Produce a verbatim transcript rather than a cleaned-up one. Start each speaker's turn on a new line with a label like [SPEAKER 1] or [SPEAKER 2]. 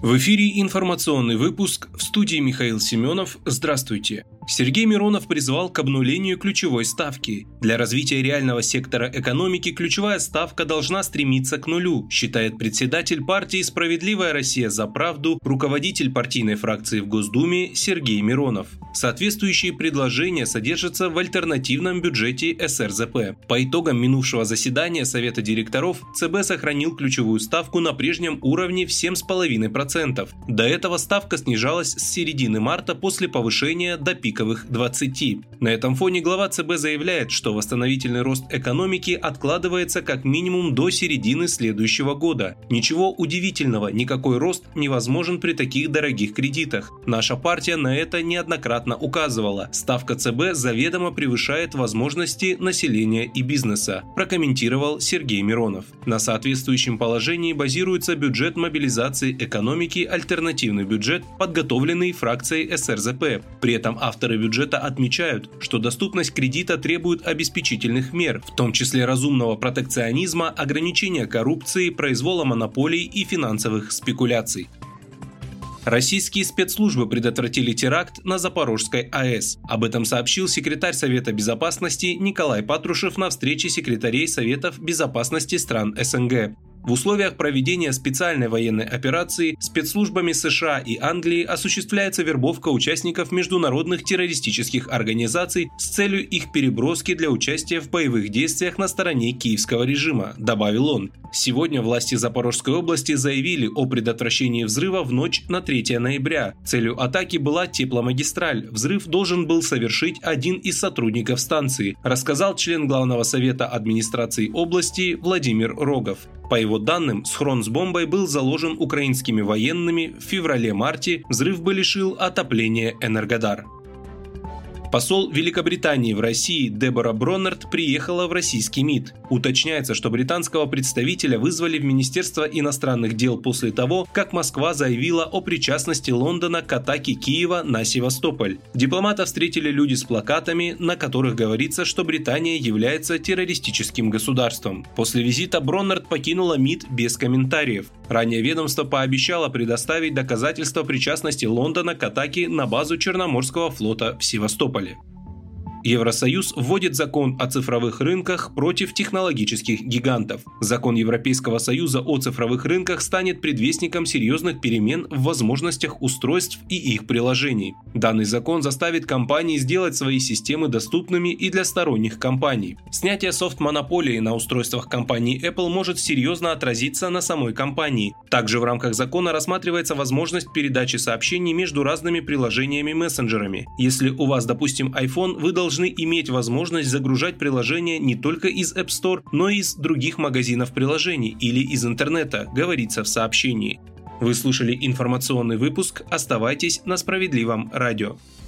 [SPEAKER 1] В эфире информационный выпуск, в студии Михаил Семенов. Здравствуйте. Сергей Миронов призвал к обнулению ключевой ставки. Для развития реального сектора экономики ключевая ставка должна стремиться к нулю, считает председатель партии «Справедливая Россия за правду», руководитель партийной фракции в Госдуме Сергей Миронов. Соответствующие предложения содержатся в альтернативном бюджете эс эр зэ пэ. По итогам минувшего заседания Совета директоров ЦБ сохранил ключевую ставку на прежнем уровне в семь целых пять десятых процента. До этого ставка снижалась с середины марта после повышения до пиковых двадцати. На этом фоне глава ЦБ заявляет, что восстановительный рост экономики откладывается как минимум до середины следующего года. Ничего удивительного, никакой рост невозможен при таких дорогих кредитах. Наша партия на это неоднократно указывала. Ставка ЦБ заведомо превышает возможности населения и бизнеса, прокомментировал Сергей Миронов. На соответствующем положении базируется бюджет мобилизации экономики, альтернативный бюджет, подготовленный фракцией эс эр зэ пэ. При этом авторы бюджета отмечают, что доступность кредита требует обеспечительных мер, в том числе разумного протекционизма, ограничения коррупции, произвола монополий и финансовых спекуляций. Российские спецслужбы предотвратили теракт на Запорожской а э с. Об этом сообщил секретарь Совета Безопасности Николай Патрушев на встрече секретарей Советов Безопасности стран эс эн гэ. В условиях проведения специальной военной операции спецслужбами США и Англии осуществляется вербовка участников международных террористических организаций с целью их переброски для участия в боевых действиях на стороне киевского режима, добавил он. Сегодня власти Запорожской области заявили о предотвращении взрыва в ночь на третье ноября. Целью атаки была тепломагистраль. Взрыв должен был совершить один из сотрудников станции, рассказал член Главного совета администрации области Владимир Рогов. По его данным, схрон с бомбой был заложен украинскими военными в феврале-марте, взрыв бы лишил отопления Энергодар. Посол Великобритании в России Дебора Броннард приехала в российский МИД. Уточняется, что британского представителя вызвали в Министерство иностранных дел после того, как Москва заявила о причастности Лондона к атаке Киева на Севастополь. Дипломата встретили люди с плакатами, на которых говорится, что Британия является террористическим государством. После визита Броннард покинула МИД без комментариев. Ранее ведомство пообещало предоставить доказательства причастности Лондона к атаке на базу Черноморского флота в Севастополе. Евросоюз вводит закон о цифровых рынках против технологических гигантов. Закон Европейского Союза о цифровых рынках станет предвестником серьезных перемен в возможностях устройств и их приложений. Данный закон заставит компании сделать свои системы доступными и для сторонних компаний. Снятие софт-монополии на устройствах компании Apple может серьезно отразиться на самой компании. Также в рамках закона рассматривается возможность передачи сообщений между разными приложениями-мессенджерами. Если у вас, допустим, iPhone, вы должны должны иметь возможность загружать приложения не только из App Store, но и из других магазинов приложений или из интернета, говорится в сообщении. Вы слушали информационный выпуск. Оставайтесь на Справедливом радио.